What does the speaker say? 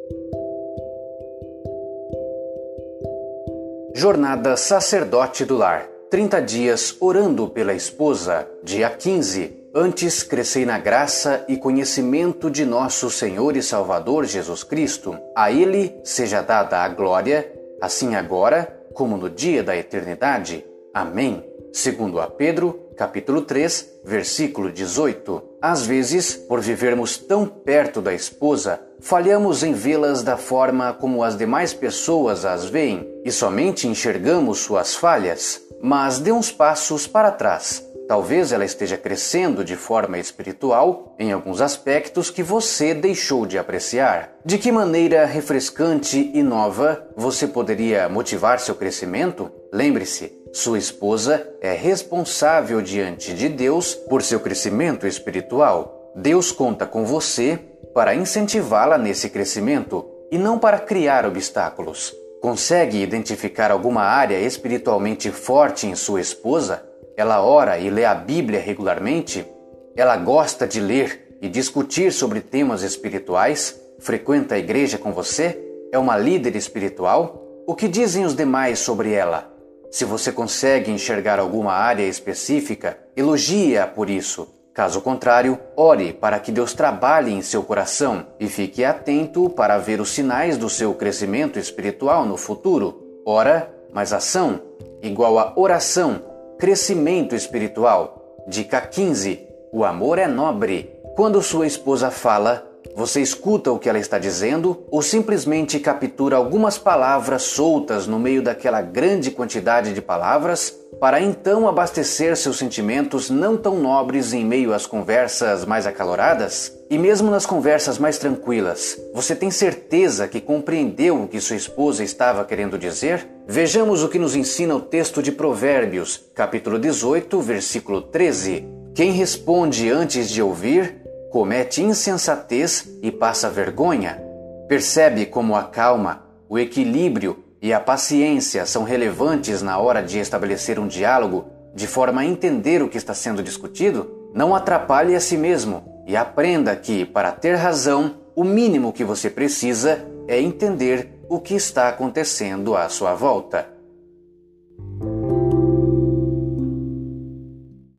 Jornada Sacerdote do Lar. 30 dias orando pela esposa. Dia 15. Antes crescei na graça e conhecimento de nosso Senhor e Salvador Jesus Cristo. A Ele seja dada a glória, assim agora como no dia da eternidade. Amém. Segundo a Pedro, capítulo 3, versículo 18. Às vezes, por vivermos tão perto da esposa, falhamos em vê-las da forma como as demais pessoas as veem e somente enxergamos suas falhas. Mas dê uns passos para trás. Talvez ela esteja crescendo de forma espiritual em alguns aspectos que você deixou de apreciar. De que maneira refrescante e nova você poderia motivar seu crescimento? Lembre-se, sua esposa é responsável diante de Deus por seu crescimento espiritual. Deus conta com você para incentivá-la nesse crescimento e não para criar obstáculos. Consegue identificar alguma área espiritualmente forte em sua esposa? Ela ora e lê a Bíblia regularmente? Ela gosta de ler e discutir sobre temas espirituais? Frequenta a igreja com você? É uma líder espiritual? O que dizem os demais sobre ela? Se você consegue enxergar alguma área específica, elogie-a por isso. Caso contrário, ore para que Deus trabalhe em seu coração e fique atento para ver os sinais do seu crescimento espiritual no futuro. Ora mais ação igual a oração. Crescimento espiritual. Dica 15. O amor é nobre. Quando sua esposa fala, você escuta o que ela está dizendo ou simplesmente captura algumas palavras soltas no meio daquela grande quantidade de palavras para então abastecer seus sentimentos não tão nobres em meio às conversas mais acaloradas? E mesmo nas conversas mais tranquilas, você tem certeza que compreendeu o que sua esposa estava querendo dizer? Vejamos o que nos ensina o texto de Provérbios, capítulo 18, versículo 13. Quem responde antes de ouvir, comete insensatez e passa vergonha. Percebe como a calma, o equilíbrio e a paciência são relevantes na hora de estabelecer um diálogo, de forma a entender o que está sendo discutido? Não atrapalhe a si mesmo e aprenda que, para ter razão, o mínimo que você precisa é entender o que está acontecendo à sua volta.